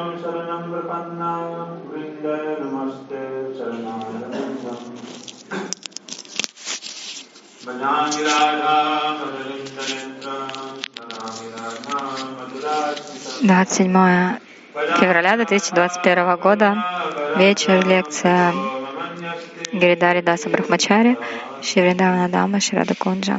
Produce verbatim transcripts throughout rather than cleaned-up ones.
двадцать седьмое февраля две тысячи двадцать первого года. Вечер. Лекция Гиридхари Даса Брахмачари, Шри Вриндавана Дама, Шри Рада Кунджа.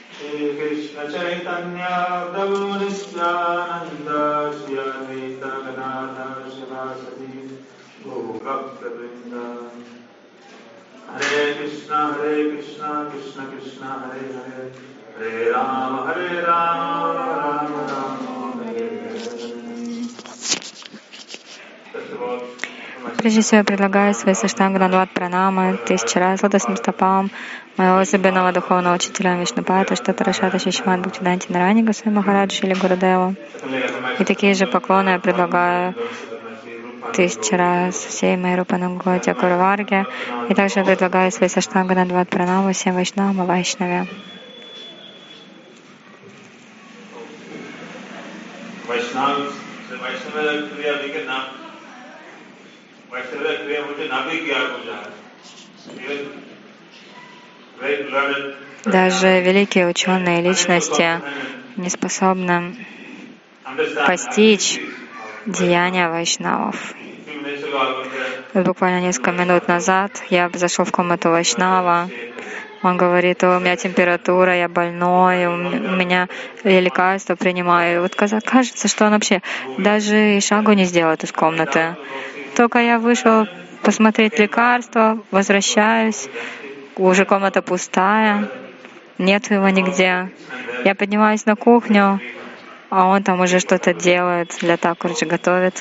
Hare Krishna, Hare Krishna, Krishna Krishna, Hare Hare, Hare Rama, Hare Rama, Rama Rama, Hare Hare. Прежде всего, я предлагаю свои саштанга Дандават пранамы тысячи раз лотосным стопам моего особенного духовного учителя Вишнупада, Штата Рашата Шишман Бхактиданти Нарани Госвами Махараджи или Гурудеву. И такие же поклоны я предлагаю тысячи раз всей моей Рупануготи Гуруварге. И также я предлагаю свои саштанга Дандават пранамы всем Вайшнавам и Вайшнаве. Даже великие ученые личности не способны постичь деяния вайшнавов. Буквально несколько минут назад я зашел в комнату вайшнава. Он говорит: у меня температура, я больной, у меня я лекарства принимаю. И вот кажется, что он вообще даже и шагу не сделает из комнаты. Только я вышел посмотреть лекарства, возвращаюсь, уже комната пустая, нет его нигде. Я поднимаюсь на кухню, а он там уже что-то делает, для Такурджи готовит.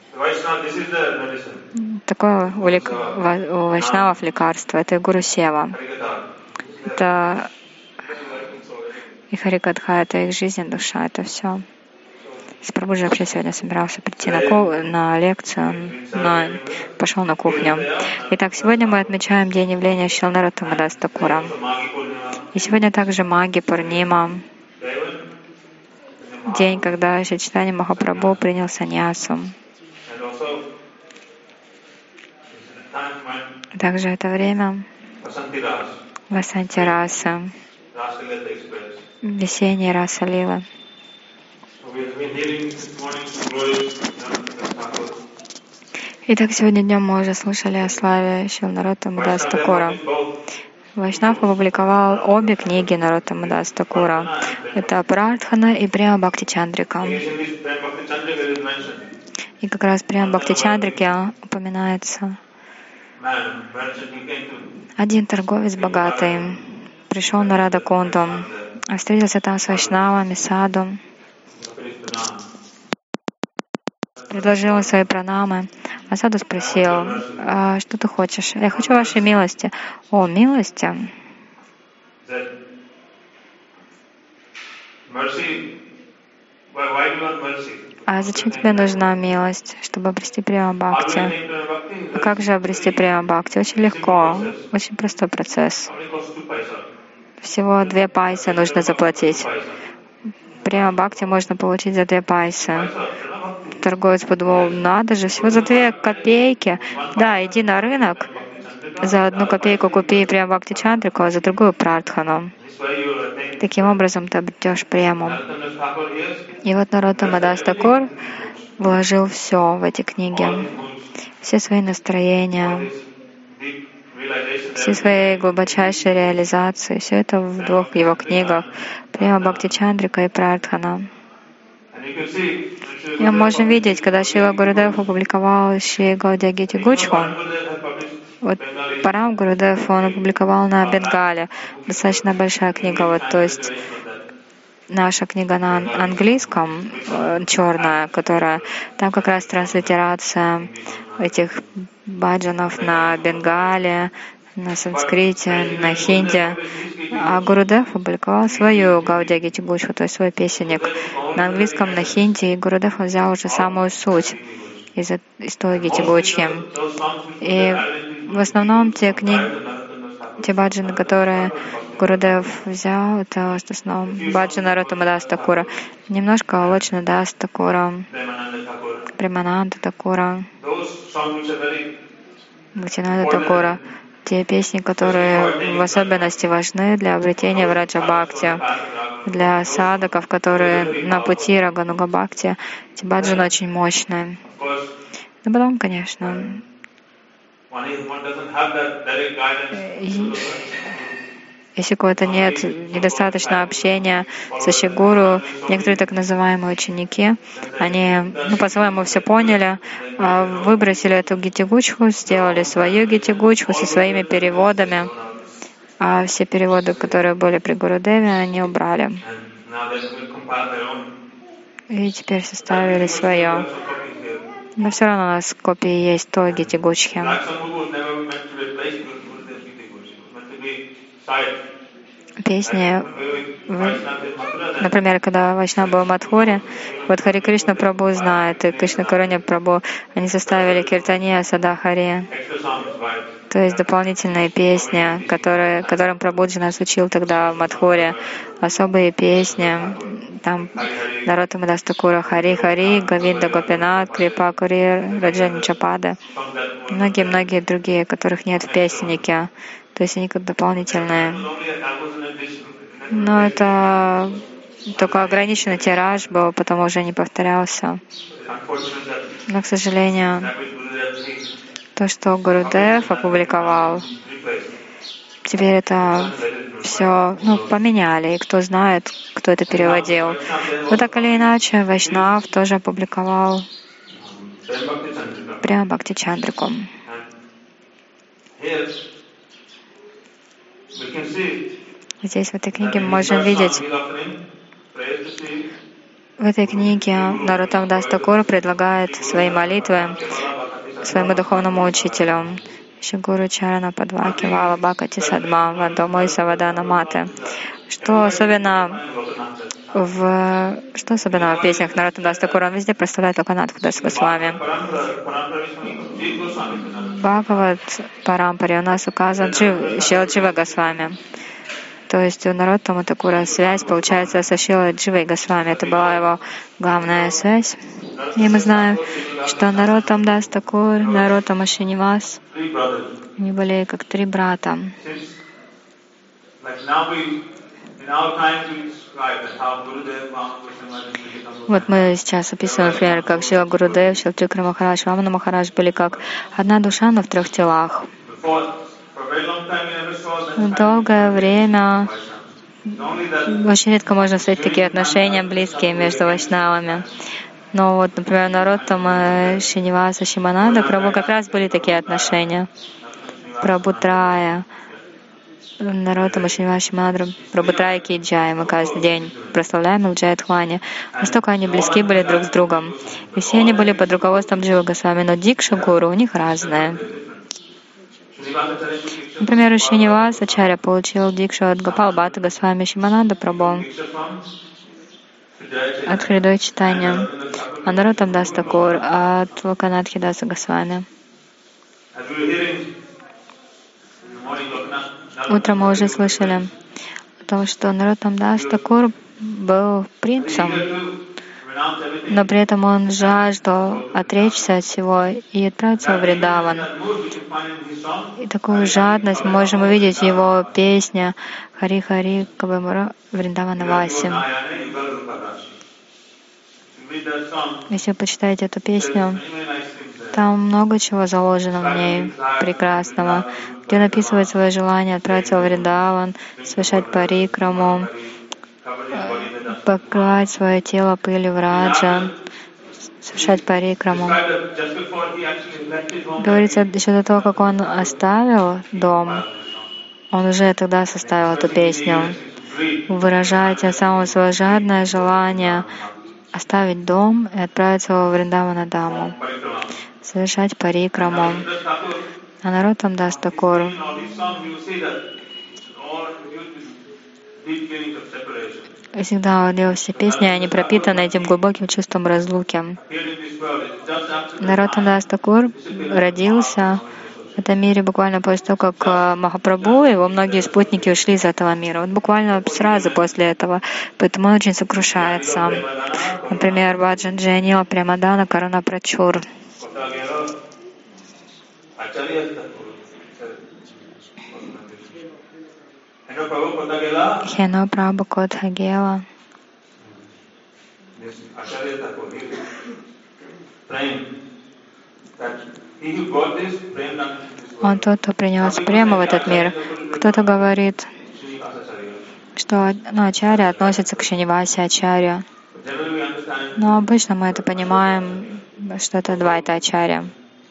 Такое у, лек... у вайшнавов лекарство — это Гуру Сева. Это их Харикатха, это их жизнь, душа, это все. С Прабхуджи вообще сегодня собирался прийти на, ко... на лекцию, но пошел на кухню. Итак, сегодня мы отмечаем день явления Шрила Нароттама Даса Такура. И сегодня также Маги Пурнима, день, когда Шри Чайтанья Махапрабху принял саньясу. Также это время Васанти Раса, весенней Раса Лилы. Итак, сегодня днем мы уже слушали о славе Шрила Нароттама Даса Такура. Вайшнав опубликовал обе книги Нароттама Даса Такура. Это Прартхана и Према Бхакти Чандрика. И как раз в Према Бхакти Чандрике упоминается: один торговец богатый пришел на Радакунду, встретился там с вайшнавами, саду, предложил им свои пранамы. А саду спросил: а что ты хочешь? Я хочу вашей милости. О, милости? А зачем тебе нужна милость? Чтобы обрести Према Бхакти. А как же обрести Према Бхакти? Очень легко, очень простой процесс. Всего две пайсы нужно заплатить. Према Бхакти можно получить за две пайсы. Торговец подумал: надо же, всего за две копейки. Да, иди на рынок, за одну копейку купи Према Бхакти Чандрику, а за другую Прартхану. Таким образом ты обретешь прему. И вот Нароттама Даса Такур вложил все в эти книги, все свои настроения, все свои глубочайшие реализации, все это в двух его книгах — Према Бхакти Чандрика и Прартхана. И мы можем видеть, когда Шрила Гурудев опубликовал Шри Гаудия Гити Гучху, вот Парам Гурудев он опубликовал на Бенгале, достаточно большая книга, вот, то есть наша книга на английском, черная, которая, там как раз транслитерация этих баджанов на бенгале, на санскрите, на хинди. А Гурудев опубликовал свою Гаудия Гити Гучху, то есть свой песенник на английском, на хинди, и Гурудев взял уже самую суть из, из той Гити Гучхи. И в основном те книги, те баджаны, которые Гурудев взял, это в основном баджан Нароттама Даса Такура, немножко Лочна Даса Такура, Премананда Такура, Бхактинанда Такура, те песни, которые в особенности важны для обретения в Раджа Бхакти, для садхаков, которые на пути Рагануга Бхакти, эти баджаны очень мощные. Но потом, конечно, если у кого-то нет недостаточно общения с Ашигуру, некоторые так называемые ученики, они ну, по-своему все поняли, выбросили эту гитигучху, сделали свою гитигучху со своими переводами, а все переводы, которые были при Гурудеве, они убрали. И теперь составили свое. Но все равно у нас копии есть той гитигучхи. Песни, например, когда Вайшнава был в Мадхуре, вот Хари Кришна Прабху знает, и Кришна Каруня Прабху, они составили Киртания Сада Хари, то есть дополнительные песни, которые, которым Прабхуджи нас учил тогда в Мадхуре, особые песни, там Нароттама Дас Такура Хари Хари, Гавинда Гопинат, Крипа Кури, Раджани Чапада, многие-многие другие, которых нет в песеннике. То есть они как дополнительные. Но это только ограниченный тираж был, потому уже не повторялся. Но, к сожалению, то, что Гурудев опубликовал, теперь это все ну, поменяли, и кто знает, кто это переводил. Но так или иначе, Вайшнав тоже опубликовал Према Бхакти Чандрику. Здесь, в этой книге, мы можем видеть, в этой книге Нароттама Дас Такур предлагает свои молитвы своему духовному учителю, Шигуру Чарана Падваки Вала Бхакати Садма Вадомой Савадана Маты. Что особенно в что особенно в песнях Нароттама Дас Такура, он везде проставляет Локанатху Дас Госвами. Бхагават Парампаре у нас указан Шила Джива Госвами. То есть у Нароттама Такура связь получается со Шилой Дживой Госвами. Это была его главная связь. И мы знаем, что Нароттама Дас Такур, Нароттама Шринивас, они были как три брата. Вот мы сейчас описываем, например, как Шила Гурудев, Шила Чакра Махарадж, Вамана Махарадж были как одна душа, но в трех телах. Долгое время очень редко можно встретить такие отношения близкие между вайшнавами. Но вот, например, Нароттама Шриниваса Шимананда Прабху как раз были такие отношения. Прабхутрая, Нароттама Шриниваса Шимананда Прабхутрая Ки Джай. Мы каждый день прославляем их Джайдхвани. Настолько они близки были друг с другом. И все они были под руководством Джива Госвами, но Дикша Гуру у них разная. Например, у Шриниваса Ачарья получил дикшу от Гопал Бхатта Госвами Шимананда Прабху, от Хридой Читания, а Нароттама Дас Такур от Локанатхи Даса Госвами. Утром мы уже слышали о том, что Нароттама Дас Такур был принцем, но при этом он жаждал отречься от всего и отправиться в Вриндаван. И такую жадность мы можем увидеть в его песне «Хари Хари Кабамура Вриндавана Васи». Если вы почитаете эту песню, там много чего заложено в ней прекрасного, где он описывает свое желание отправиться в Вриндаван, совершать парикраму, покрывать свое тело пылью враджа, совершать парикраму. Говорится, еще до того, как он оставил дом, он уже тогда составил эту песню, выражая тем самым свое жадное желание оставить дом и отправиться во Вриндавана Даму, совершать парикраму. А Нароттама Дас Такур всегда делал все песни, они пропитаны этим глубоким чувством разлуки. Нароттама Дас Такур родился В этом мире буквально после того, как э, Махапрабху, его многие спутники ушли из этого мира. Вот буквально сразу после этого. Поэтому он очень сокрушается. Например, Баджан Джанила Премадана Каруна Прачур. Хено Прабhu Кодхагела. Он тот, кто принес прему в этот мир. Кто-то говорит, что ну, ачарья относится к Шринивасе ачарья. Но обычно мы это понимаем, что это двайта ачарья.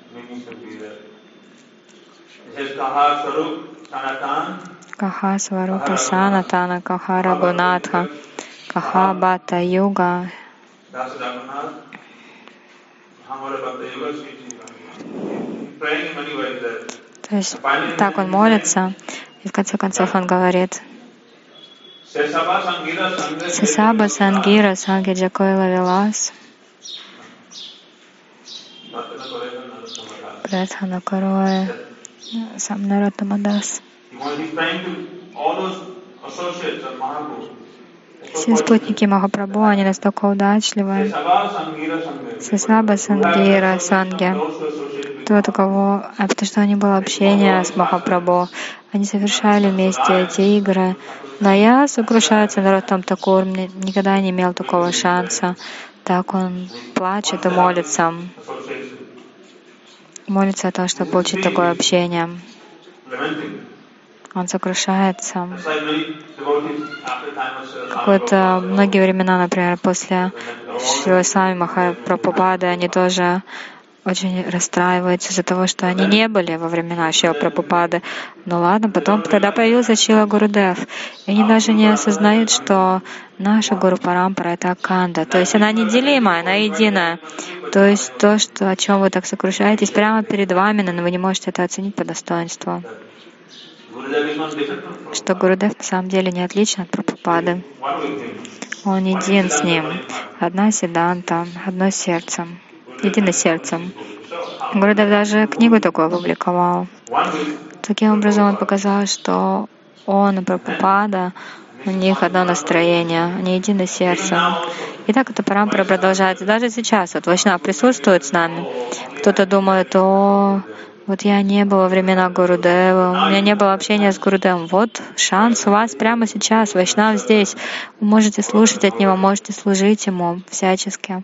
Каха Сварупа Санатана, Каха Рагунатха, Каха Бата Юга. То есть так он молится, и в конце концов он говорит: Сасаба Сангира Сангиджа Койла Вилас Пратхана Кароя Сам Нароттамадас. Все спутники Махапрабху, они настолько удачливы. Сасаба Сангира Санги. Тот, у кого... А потому что у них было общение с Махапрабху. Они совершали вместе эти игры. Но я сокрушается Нароттам Такур, мне никогда не имел такого шанса. Так он плачет и молится. Молится о том, чтобы получить такое общение. Он сокрушается. Какое-то многие времена, например, после Шрила Свами Махапрабхупады, они тоже очень расстраиваются из-за того, что они не были во времена Шрила Прабхупады. Ну ладно, потом, когда появился Шрила Гурудев, и они даже не осознают, что наша Гуру Парампара — это Аканда. То есть она неделимая, она единая. То есть то, что, о чем вы так сокрушаетесь, прямо перед вами, но вы не можете это оценить по достоинству. Что Гурудев на самом деле не отличен от Прабхупады. Он един с ним. Одна седанта, одно сердце. Едино сердцем. Гурудев даже книгу такую опубликовал. Таким образом он показал, что он и Прабхупада, у них одно настроение, они едины сердцем. И так эта парампара продолжается. Даже сейчас вот Вайшнав присутствует с нами. Кто-то думает: о, вот я не был во времена Гурудева, у меня не было общения с Гурудевом. Вот шанс у вас прямо сейчас. Вайшнав здесь. Вы можете слушать от него, можете служить ему всячески.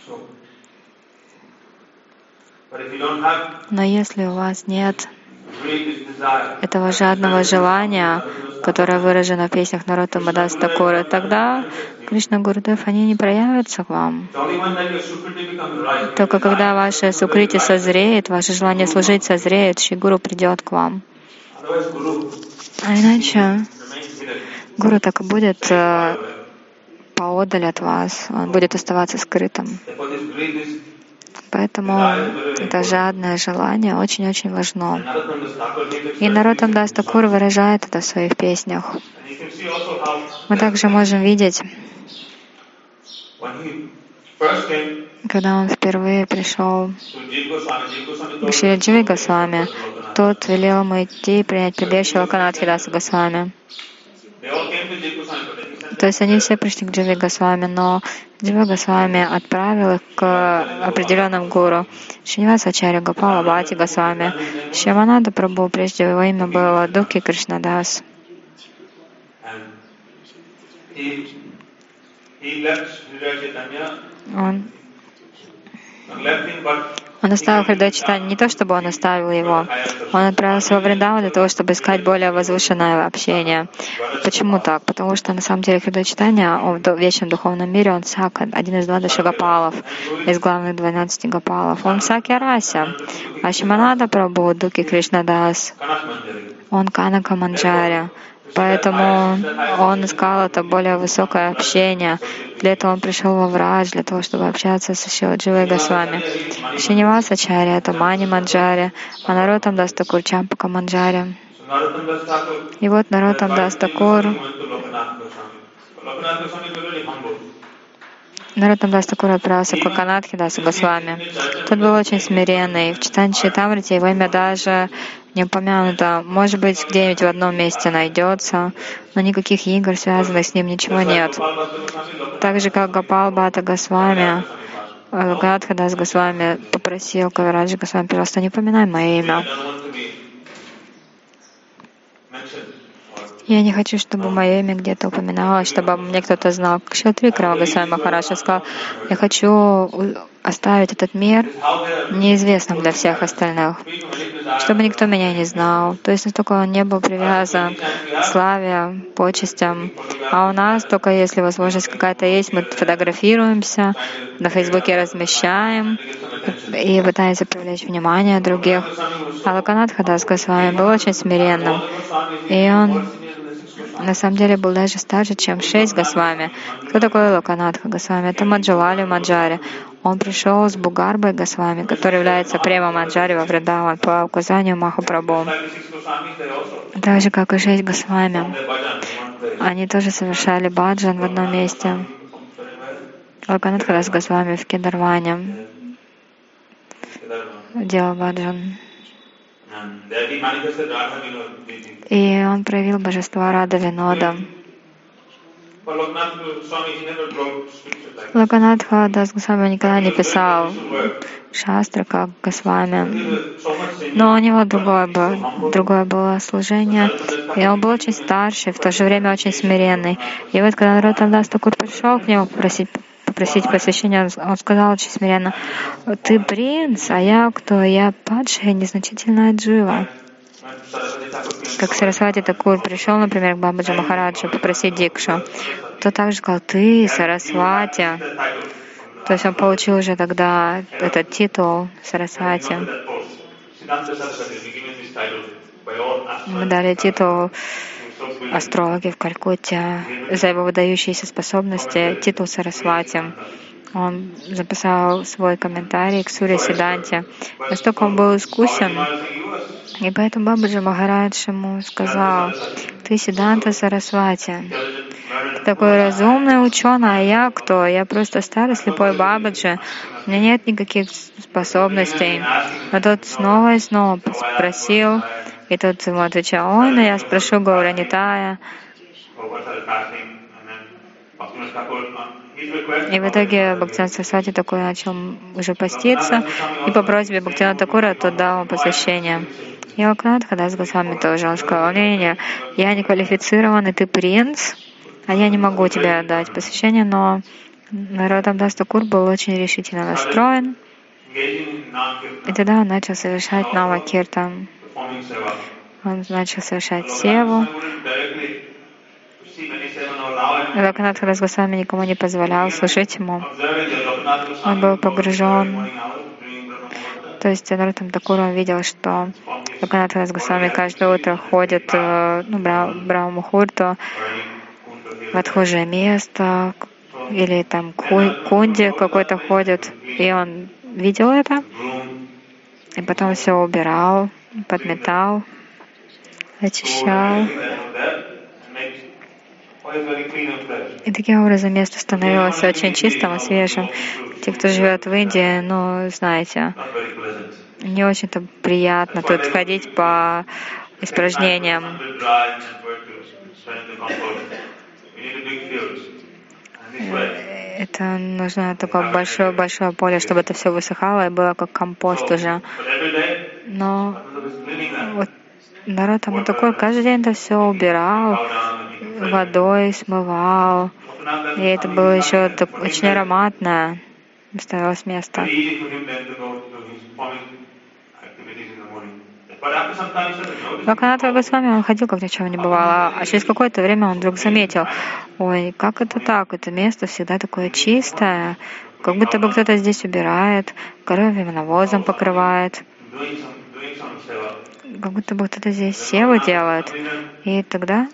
Но если у вас нет этого жадного желания, которое выражено в песнях Нароттама Даса Такура, тогда Кришна Гурудев, они не проявятся к вам. Только когда ваше сукрити созреет, ваше желание служить созреет, Шри Гуру придет к вам. А иначе Гуру так и будет э, поодаль от вас, он будет оставаться скрытым. Поэтому это жадное желание очень-очень важно. И Нароттам Дас Такур выражает это в своих песнях. Мы также можем видеть, когда он впервые пришел к Шри Дживе Госвами, тот велел ему идти и принять прибежище Локанатхи Даса Госвами. То есть они все пришли к Дживе Госвами, но Джива Госвами отправил их к определенным гуру. Шриниваса Ачарья Гопала Бхати Госвами. Шьямананда Прабху, прежде его имя было Дукхи Кришнадас. Он Он оставил Хридай Чайтанью не то, чтобы он оставил его. Он отправился во Вриндаван для того, чтобы искать более возвышенное общение. Почему так? Потому что на самом деле Хридай Чайтанья, он в вечном духовном мире, он Сака, один из двадцати Гопалов, из главных двенадцати Гопалов. Он Саки Раси. А Шьямананда Прабху, Дукхи Кришнадас, он Канака Манджари. Поэтому он искал это более высокое общение. Для этого он пришел во Врадж, для того, чтобы общаться с Шрилой Дживой Госвами. Шриниваса Ачарья — это Мани Манджари, а Нароттам Дас Такур — Чампака Манджари. И вот Нароттам Дас Такур Нароттам Дас Такур отправился к Локанатхе Дасу Госвами. Тот был очень смиренный. В Читанче Чайтамрите его имя даже не упомянуто. Может быть, где-нибудь в одном месте найдется, но никаких игр, связанных с ним, ничего нет. Так же, как Гопал Бхатта Госвами, Локанатха Дас Госвами попросил Кавираджа Госвами, пожалуйста, не упоминай мое имя. Я не хочу, чтобы мое имя где-то упоминалось, чтобы обо мне кто-то знал. Кшилтри Крава Госвами Махарадж сказал, я хочу оставить этот мир неизвестным для всех остальных, чтобы никто меня не знал. То есть настолько он не был привязан к славе, почестям. А у нас только если возможность какая-то есть, мы фотографируемся, на Фейсбуке размещаем и пытаемся привлечь внимание других. А Локанатха Дас Госвами был очень смиренным. И он на самом деле был даже старше, чем шесть Госвами. Кто такой Локанатха Госвами? Это Маджалали Маджари. Он пришел с Бугарбой Госвами, который является Према Маджари во Вриндаван по указанию Махапрабху. Так же, как и шесть Госвами. Они тоже совершали баджан в одном месте. Локанатха Дас Госвами в Кедарване делал баджан. И он проявил божество Рада Винода. Локанатха Дас Госвами никогда не писал шастры, как Госвами. Но у него другое было, другое было служение. И он был очень старший, в то же время очень смиренный. И вот когда Нароттам Дас Такур пришел к нему попросить попросить посвящения, он сказал очень смиренно: «Ты принц, а я кто? Я падшая, незначительная джива». Как Сарасвати Такур пришел, например, к Бабаджи Махараджу попросить дикшу, то также сказал: «Ты Сарасвати». То есть он получил уже тогда этот титул Сарасвати. Мы дали титул астрологи в Калькутте за его выдающиеся способности, титул Сарасвати. Он записал свой комментарий к Суре Сиданте. Настолько он был искусен, и поэтому Бабаджи Махарадж ему сказал: «Ты Сиданта Сарасвати. Ты такой разумный ученый, а я кто? Я просто старый слепой Бабаджи. У меня нет никаких способностей». А тот снова и снова спросил, и тот ему отвечал: «Ой, ну я спрошу Гауранитая». И в итоге Бхактивинода Сарасвати такой начал уже поститься, и по просьбе Бхактивинода Такура тот дал ему посвящение. И Локанатха Дас Госвами тоже, он сказал: «Не-не-не, я не квалифицирован, и ты принц, а я не могу тебе отдать посвящение». Но Нароттам Дас Такур был очень решительно настроен, и тогда он начал совершать Нава-киртан. Он начал совершать севу. Локанатха Дас Госвами никому не позволял служить ему. Он был погружен. То есть Нароттам Такур видел, что Локанатха Дас Госвами каждое утро ходит ну, в Брахма-мухурту в отхожее место, или там кунди какой-то ходит. И он видел это, и потом все убирал, подметал, очищал. И таким образом место становилось очень чистым и свежим. Те, кто живет в Индии, ну, знаете, не очень-то приятно тут ходить по испражнениям. Это нужно такое большое-большое поле, чтобы это все высыхало и было как компост уже. Но вот Нароттам Такур каждый день это все убирал, водой смывал, и это было еще очень ароматное, становилось место. Локанатха Госвами, он ходил, как ни в чем не бывало, а через какое-то время он вдруг заметил: ой, как это так, это место всегда такое чистое, как будто бы кто-то здесь убирает, коровьим навозом покрывает, как будто бы кто-то здесь севу делает. И тогда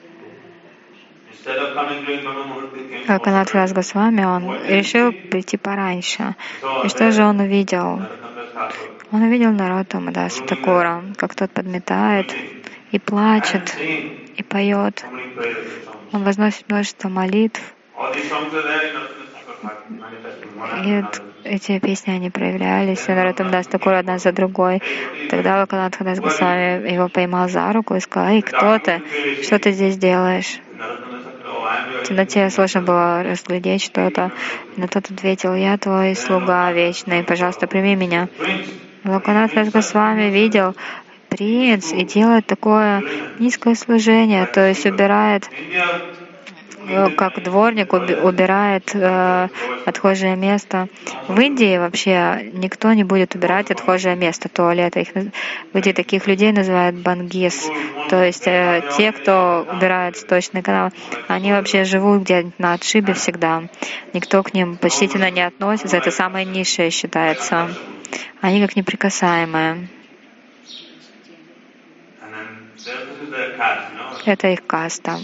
Локанатха Дас Госвами, он решил прийти пораньше. И что же он увидел? Он увидел Нароттама Даса Такура, как тот подметает и плачет, и поет. Он возносит множество молитв. И эти песни, они проявлялись, и Нароттам Дас Такур одна за другой. Тогда Локанатха Дас Госвами его поймал за руку и сказал: «Эй, кто ты? Что ты здесь делаешь?» В темноте сложно было разглядеть что-то. Но тот ответил: «Я твой слуга вечный, пожалуйста, прими меня». Локанатха Дас Госвами видел принц и делает такое низкое служение, то есть убирает, как дворник убирает э, отхожее место. В Индии вообще никто не будет убирать отхожее место, туалета. Их, в Индии таких людей называют бангис, то есть э, те, кто убирает сточный канал. Они вообще живут где-нибудь на отшибе всегда. Никто к ним почтительно не относится. Это самое низшее считается. Они как неприкасаемые. Это их каста.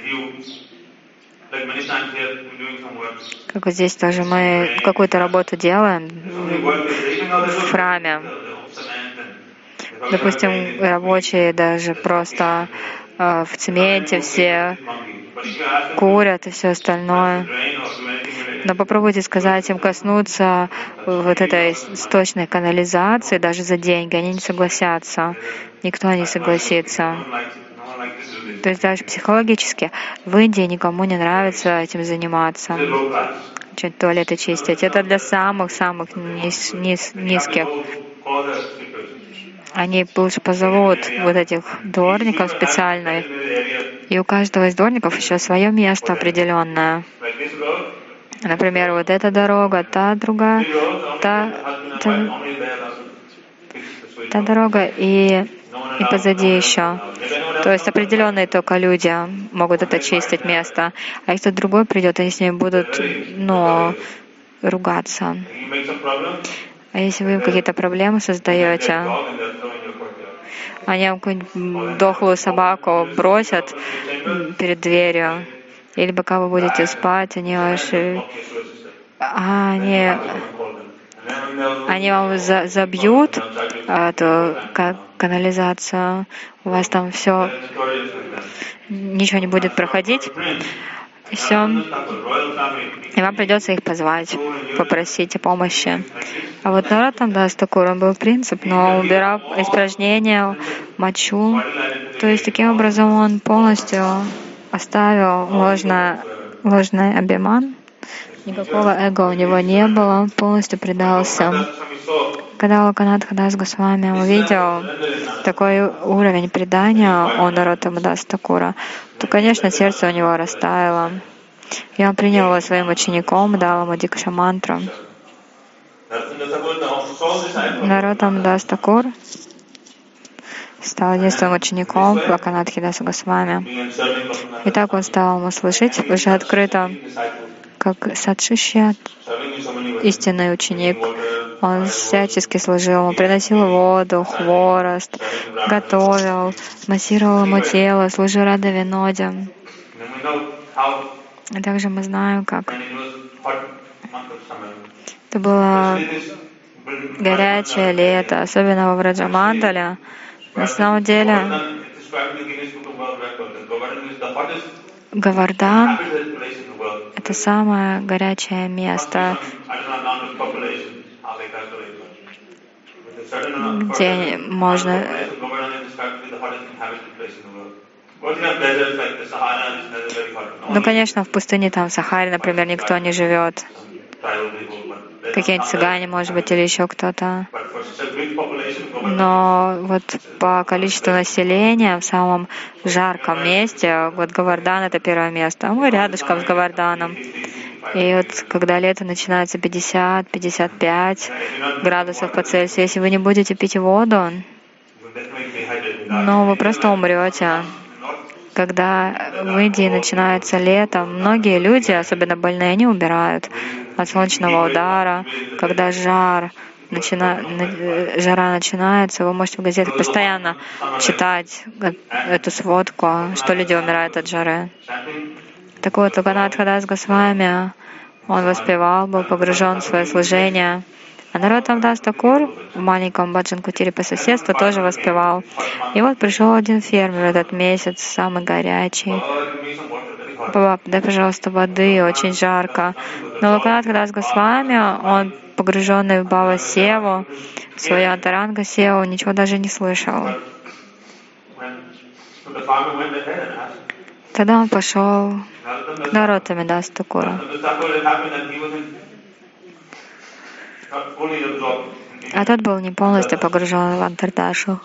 Как вот здесь тоже мы какую-то работу делаем в храме. Допустим, рабочие даже просто э, в цементе все курят и все остальное. Но попробуйте сказать им коснуться вот этой сточной канализации даже за деньги. Они не согласятся. Никто не согласится. То есть даже психологически в Индии никому не нравится этим заниматься, туалеты чистить. Это для самых-самых низ, низ, низких. Они лучше позовут вот этих дворников специально. И у каждого из дворников еще свое место определенное. Например, вот эта дорога, та другая, та, та, та дорога и, и позади еще. То есть определенные только люди могут это чистить место. А если кто-то другой придет, они с ними будут, ну, ругаться. А если вы им какие-то проблемы создаете, они вам какую-нибудь дохлую собаку бросят перед дверью, или пока вы будете спать, они ваши... А, они... Они вам за, забьют эту канализацию, у вас там все, ничего не будет проходить, и все. И вам придется их позвать, попросить о помощи. А вот Нароттам Дас Такур, он был принцип, но он убирал испражнения, мочу. То есть таким образом он полностью оставил ложное, ложный абиман. Никакого эго у него не было, он полностью предался. Когда Локанатха Дас Госвами увидел такой уровень предания у Нароттама Даса Такура, то, конечно, сердце у него растаяло. И он принял его своим учеником, дал ему дикша мантру. Нароттам Дас Такур стал единственным учеником Локанатхи Даса Госвами. И так он стал ему служить уже открыто, как садшишья, истинный ученик. Он всячески служил ему, приносил воду, хворост, готовил, массировал ему тело, служил Рада Виноде. И также мы знаем, как это было горячее лето, особенно во Враджамандале. На самом деле Говардан — это самое горячее место, где можно... Ну, конечно, в пустыне, там, в Сахаре, например, никто не живет. Какие-нибудь цыгане, может быть, или еще кто-то. Но вот по количеству населения в самом жарком месте, вот Говардан — это первое место. Мы рядышком с Говарданом. И вот когда лето начинается пятьдесят — пятьдесят пять градусов по Цельсию, если вы не будете пить воду, ну, вы просто умрете. Когда в Индии начинается лето, многие люди, особенно больные, они умирают от солнечного удара. Когда жар, начина... жара начинается, вы можете в газетах постоянно читать эту сводку, что люди умирают от жары. Так вот, Локанатха Дас Госвами, он воспевал, был погружен в свое служение. А Нароттам Дас Такур в маленьком баджан-кутире по соседству тоже воспевал. И вот пришел один фермер в этот месяц, самый горячий. Баба, дай, пожалуйста, воды, очень жарко. Но Локанатха Дас Госвами, он, погруженный в Бхава Севу, в свою антаранга Севу, ничего даже не слышал. Тогда он пошел к Нароттаме Дас Такуру. А тот был не полностью погружен в антардашу,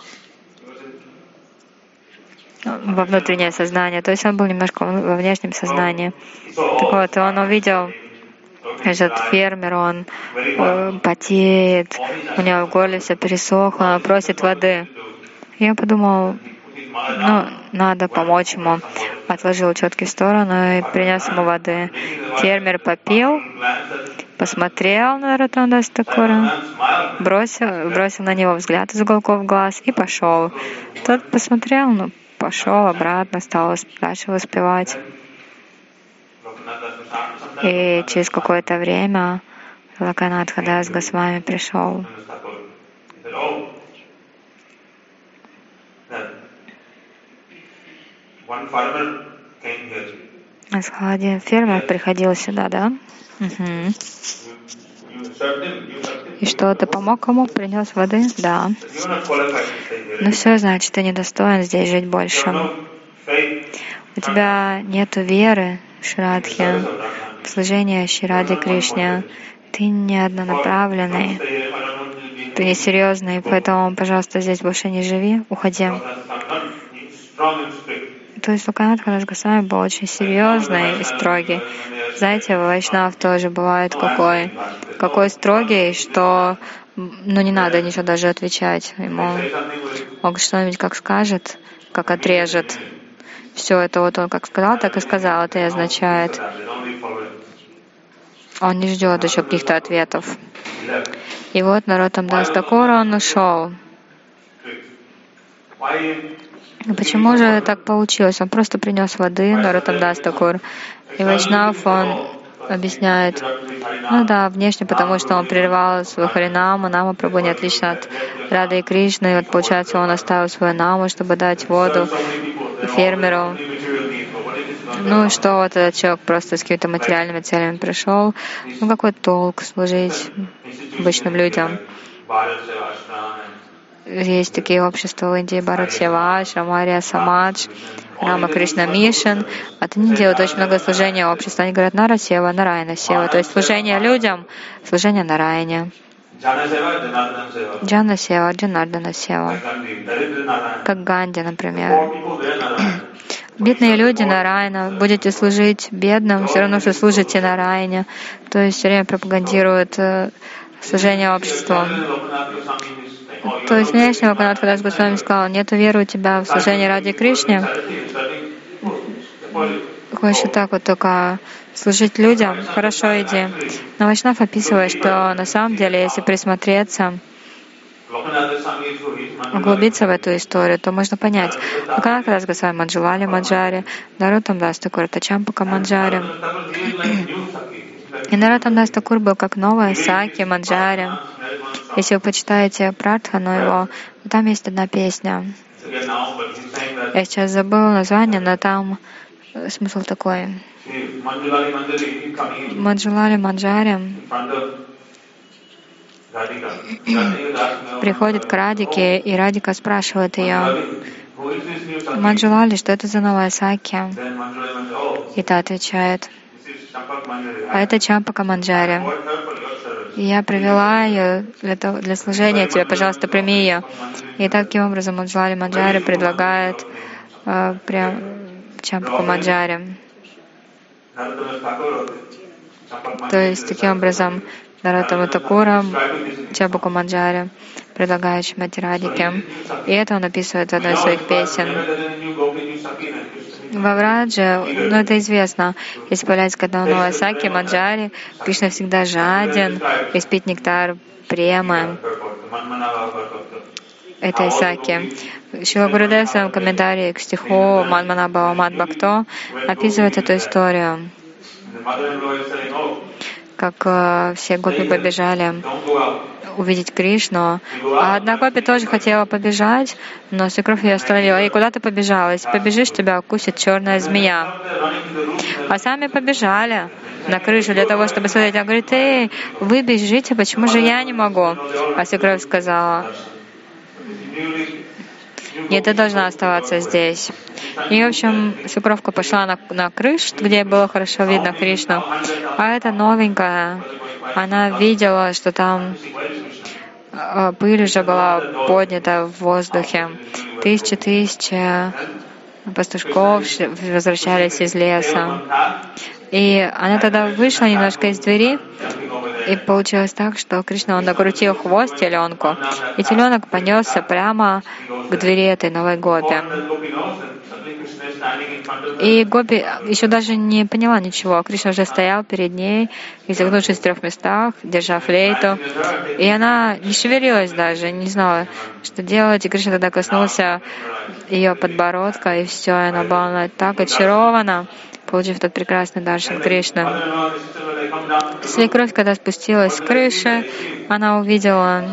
во внутреннее сознание, то есть он был немножко во внешнем сознании. Так вот, он увидел, этот фермер, он э, потеет, у него в горле все пересохло, он просит воды. Я подумал, ну, надо помочь ему. Отложил четки в сторону и принес ему воды. Фермер попил, посмотрел на Нароттама Даса Такура, бросил, бросил на него взгляд из уголков глаз и пошел. Тот посмотрел, ну, пошел обратно, стал дальше воспевать. И через какое-то время Локанатха Дас Госвами пришел. Один фермер приходил сюда, да? Угу. И что, ты помог ему? Принес воды? Да. Ну все, значит, ты недостоин здесь жить больше. У тебя нет веры, Шрадхи, в служение Шри Кришне. Ты не однонаправленный, ты несерьезный, поэтому, пожалуйста, здесь больше не живи, уходи. То есть Локанатха Дас Госвами был очень серьезный и строгий. Знаете, Вайшнав тоже бывает какой, какой строгий, что ну не надо ничего даже отвечать ему. Он что-нибудь как скажет, как отрежет. Все это вот он как сказал, так и сказал. Это и означает. Он не ждет еще каких-то ответов. И вот Нароттама Дас Такур, он ушел. Почему же так получилось? Он просто принес воды, Нароттама Дас Такур. И Вайшнав, он объясняет, ну да, внешне, потому что он прервал свою харинаму, нама Прабху не отлично от Рады и Кришны, и вот получается, он оставил свою наму, чтобы дать воду фермеру. Ну что, вот этот человек просто с какими-то материальными целями пришел, ну какой толк служить обычным людям? Есть такие общества в Индии, Бхарат Сева, Шамария Самадж, Рама Кришна Мишен. А они делают очень много служения обществу. Они говорят Нара Сева, Нараяна Сева. То есть служение людям, служение Нараяне. Джана Сева, Джанардана Сева. Как Ганди, например. Бедные люди Нараяна. Будете служить бедным, все равно, что служите Нараяне. То есть все время пропагандируют служение обществу. То есть внешне Локанатха Дас Госвами сказал, нет веры у тебя в служение ради Кришне. Хочешь так вот только служить людям, хорошо, иди. Но Вайшнав описывает, что на самом деле, если присмотреться, углубиться в эту историю, то можно понять. Локанатха Дас Госвами Манджулали Манджари, Нароттама Дас Такур Тачампака Манджари. И Нароттама Дас Такур был как новая Саки Манджари. Если вы почитаете Пратхану его, там есть одна песня. Я сейчас забыла название, но там смысл такой. Манджулали Манджари приходит к Радике, и Радика спрашивает ее: Манджулали, что это за новая Саки? И та отвечает: а это Чампака Манджари. Я привела ее для, того, для служения тебе, пожалуйста, прими ее. И таким образом Манджулали Манджари предлагает э, прям Чампаку Манджари. То есть таким образом Нароттама Такура Чампаку Манджари предлагает Шримати Радике. И это он описывает в одной из своих песен. Во Врадже, ну это известно, если появляется когда новая Саки, Манджари, Кришна всегда жаден испить нектар премы этой Саки. Шрила Гурудев в своем комментарии к стиху Манмана Бхава Мат Бхакто описывает эту историю, как э, все гопи побежали увидеть Кришну. А одна гопи тоже хотела побежать, но свекровь ее остановила. «Эй, куда ты побежала? Если побежишь, тебя укусит черная змея». А сами побежали на крышу для того, чтобы смотреть. Она говорит: «Эй, вы бежите, почему же я не могу?» А свекровь сказала: «Нет, ты должна оставаться здесь». И, в общем, свекровка пошла на, на крышу, где было хорошо видно Кришну. А эта новенькая, она видела, что там пыль уже была поднята в воздухе. Тысячи тысячи пастушков возвращались из леса. И она тогда вышла немножко из двери, и получилось так, что Кришна, он накрутил хвост теленку, и теленок понесся прямо к двери этой новой гопи. И гопи еще даже не поняла ничего. Кришна уже стоял перед ней, изогнувшись в трех местах, держа флейту. И она не шевелилась даже, не знала, что делать. И Кришна тогда коснулся ее подбородка, и все, и она была так очарована, получив тот прекрасный даршан Кришны. Свекровь, когда спустилась с крыши, она увидела,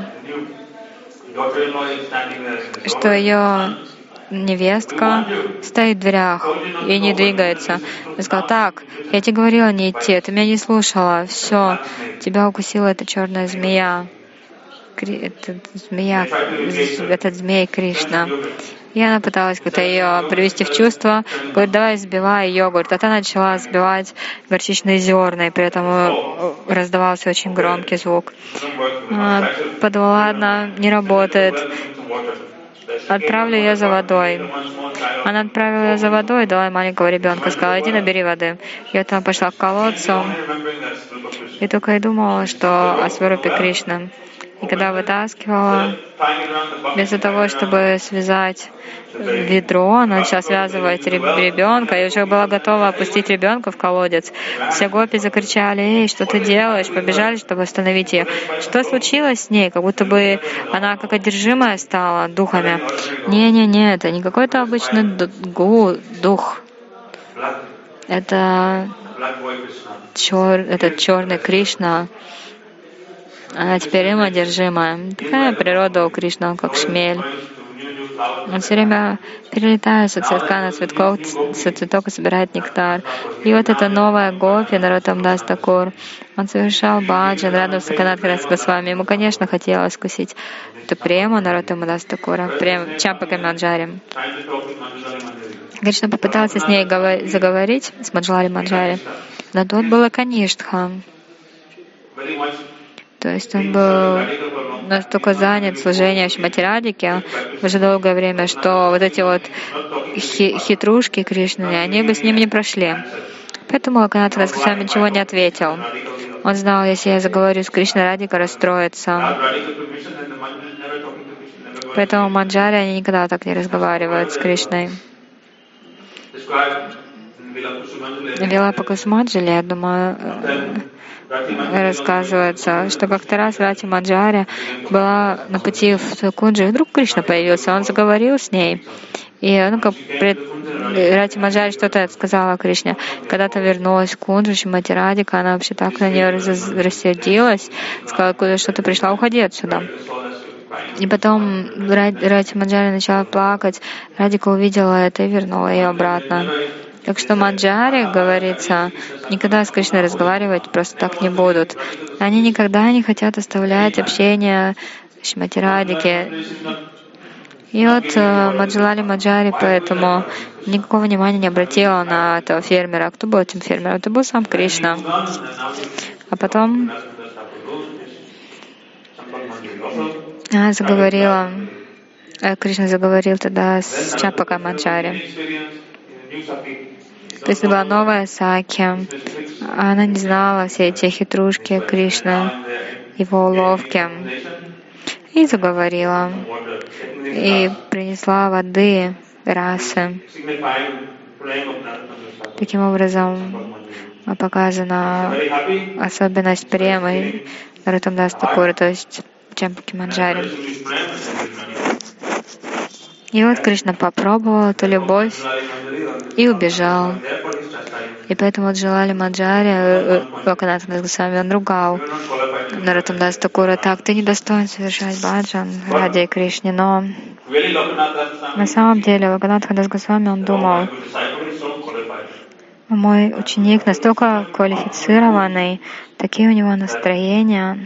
что ее невестка стоит в дверях и не двигается. Я сказала: «Так, я тебе говорила не идти, ты меня не слушала. Все, тебя укусила эта черная змея. Эта змея, этот змей Кришна». И она пыталась как-то ее привести в чувство. Говорит: «Давай взбивай йогурт». А та начала взбивать горчичные зерна, и при этом раздавался очень громкий звук. Она подумала: ладно, не работает. Отправлю ее за водой. Она отправила ее за водой, дала маленького ребенка, сказала: «Иди набери воды». И вот она пошла к колодцу, и только и думала, что о Сварупе Кришны. И когда вытаскивала, вместо того, чтобы связать ведро, она начала связывать ребенка, и уже была готова опустить ребенка в колодец. Все гопи закричали: «Эй, что ты делаешь?» Побежали, чтобы остановить ее. Что случилось с ней? Как будто бы она как одержимая стала духами. Не-не-не, это не какой-то обычный гу, дух. Это чер, этот черный Кришна. Она теперь им одержима. Такая природа у Кришны, он как шмель. Он все время перелетает с цветка на цветок, со цветок и собирает нектар. И вот эта новая гопи, Нароттам Дас Такур, он совершал баджан рядом с Эканатхой Госвами. Ему, конечно, хотелось вкусить эту прему Нароттама Дас Такура, прем Чампака Манджари. Кришна попытался с ней заговорить, с Маджлари Манджари, но тот был Акаништха. То есть он был настолько занят служением Шримати Радхике уже долгое время, что вот эти вот хитрушки Кришны, они бы с ним не прошли. Поэтому Локанатха Госвами ничего не ответил. Он знал, если я заговорю с Кришной, Радхика расстроится. Поэтому Манджари, они никогда так не разговаривают с Кришной. Вилапа Кусуманджали, я думаю, рассказывается, что как-то раз Рати Манджари была на пути в Кунджи, и вдруг Кришна появился, он заговорил с ней. И ну, как пред... Рати Манджари что-то сказала Кришне. Когда-то вернулась в Кунджу, Шримати Радхика, она вообще так на нее рассердилась, сказала: «Куда что ты пришла, уходи отсюда». И потом Рати Манджари начала плакать, Радхика увидела это и вернула ее обратно. Так что Манджари, говорится, никогда с Кришной разговаривать просто так не будут. Они никогда не хотят оставлять общение Шримати Радхики. И вот Маджлали Манджари поэтому никакого внимания не обратила на этого фермера. Кто был этим фермером? Это был сам Кришна. А потом она заговорила, Кришна заговорил тогда с Чампакой Манджари. То есть была новая Сакья. Она не знала все эти хитрушки Кришны, его уловки. И заговорила. И принесла воды, расы. Таким образом показана особенность премы Нароттам Дас Такура, то есть Чампаки Манджари. И вот Кришна попробовал эту любовь и убежал. И поэтому Джалали Маджари, Локанатха Госвами, он ругал Нароттам-дас Такура: так, ты не достоин совершать баджан ради Кришны. Но на самом деле Локанатха Дас Госвами, он думал: мой ученик настолько квалифицированный, такие у него настроения.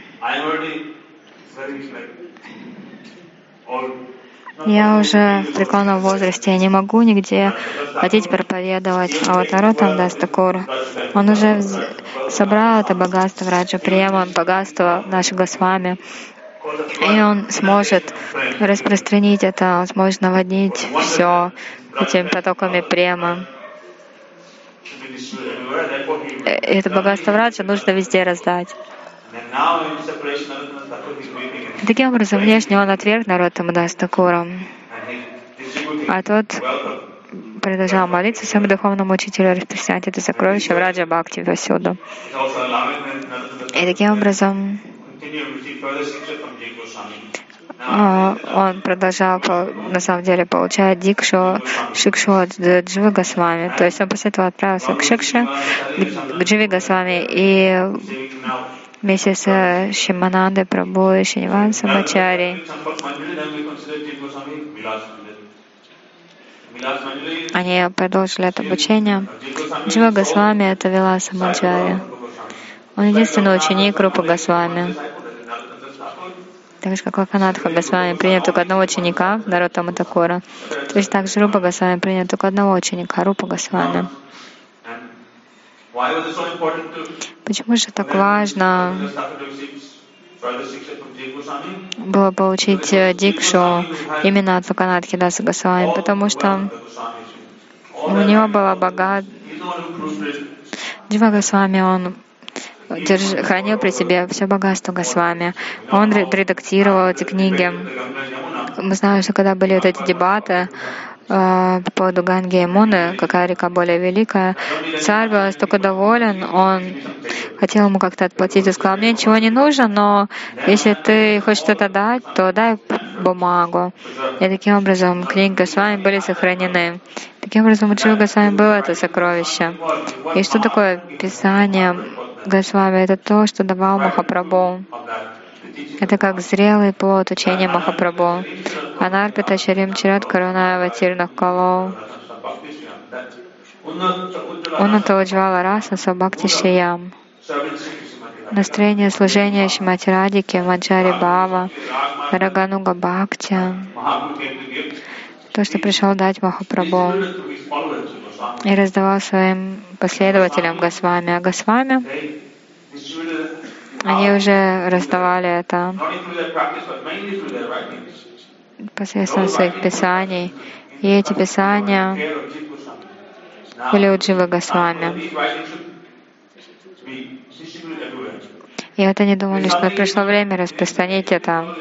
Я уже в преклонном возрасте, я не могу нигде ходить проповедовать. А вот Нароттам-дас Такур, он уже собрал это богатство Раджа Према, богатство нашего Госвами, и он сможет распространить это, он сможет наводнить все этими потоками према. Это богатство Раджа нужно везде раздать. Таким образом, внешне он отверг Нароттам-дас Такура, а тот продолжал молиться своему духовному учителю распространять это сокровище в Раджа Бхакти повсюду. И таким образом он продолжал, на самом деле, получать дикшу, шикшу от Дживы Госвами. То есть он после этого отправился к Шикше, к Дживе Госвами, и вместе с Шиманандой Прабhu и Шинивасом Ачарьей они продолжили это обучение. Джива Госвами — это Виласа Маджари. Он единственный ученик Рупы Госвами. Так же, как Локанатха Госвами принял только одного ученика, Нароттама Такура, точно так же Рупа Госвами принял только одного ученика, Рупа Госвами. Почему же так важно было получить дикшу именно от Локанатхи Даса Госвами? Потому что у него была богат... Джива Госвами, он держ... хранил при себе все богатство Госвами. Он редактировал эти книги. Мы знаем, что когда были вот эти дебаты по поводу Ганги и Ямуны, какая река более великая, царь был настолько доволен, он хотел ему как-то отплатить и сказал: мне ничего не нужно, но если ты хочешь что-то дать, то дай бумагу. И таким образом книги Госвами были сохранены. Таким образом, у Дживы Госвами было это сокровище. И что такое Писание Госвами? Это то, что давал Махапрабху. Это как зрелый плод учения Махапрабху. Анарпита Чарим Чират Каруная Ватирнах Кало. Уната Уджвала Раса Сабхакти Шиям. Настроение служения Шримати Радхики, Маджари Бхава, Рагануга Бхакти. То, что пришел дать Махапрабху и раздавал своим последователям Госвами. А Госвами, они уже раздавали это посредством своих писаний. И эти писания были у Дживы Госвами. И вот они думали, что пришло время распространить это.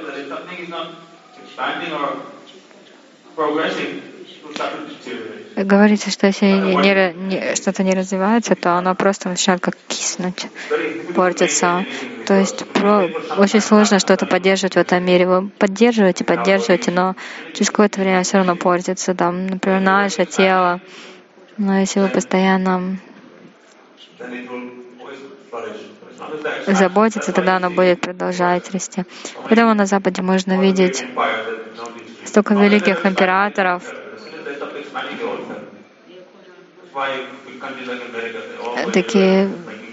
Говорится, что если не, не, что-то не развивается, то оно просто начинает как киснуть, портиться. То есть про, очень сложно что-то поддерживать в этом мире. Вы поддерживаете, поддерживаете, но через какое-то время все равно портится. Там, например, наше тело. Но если вы постоянно заботиться, тогда оно будет продолжать расти. Поэтому на Западе можно видеть столько великих императоров, такие,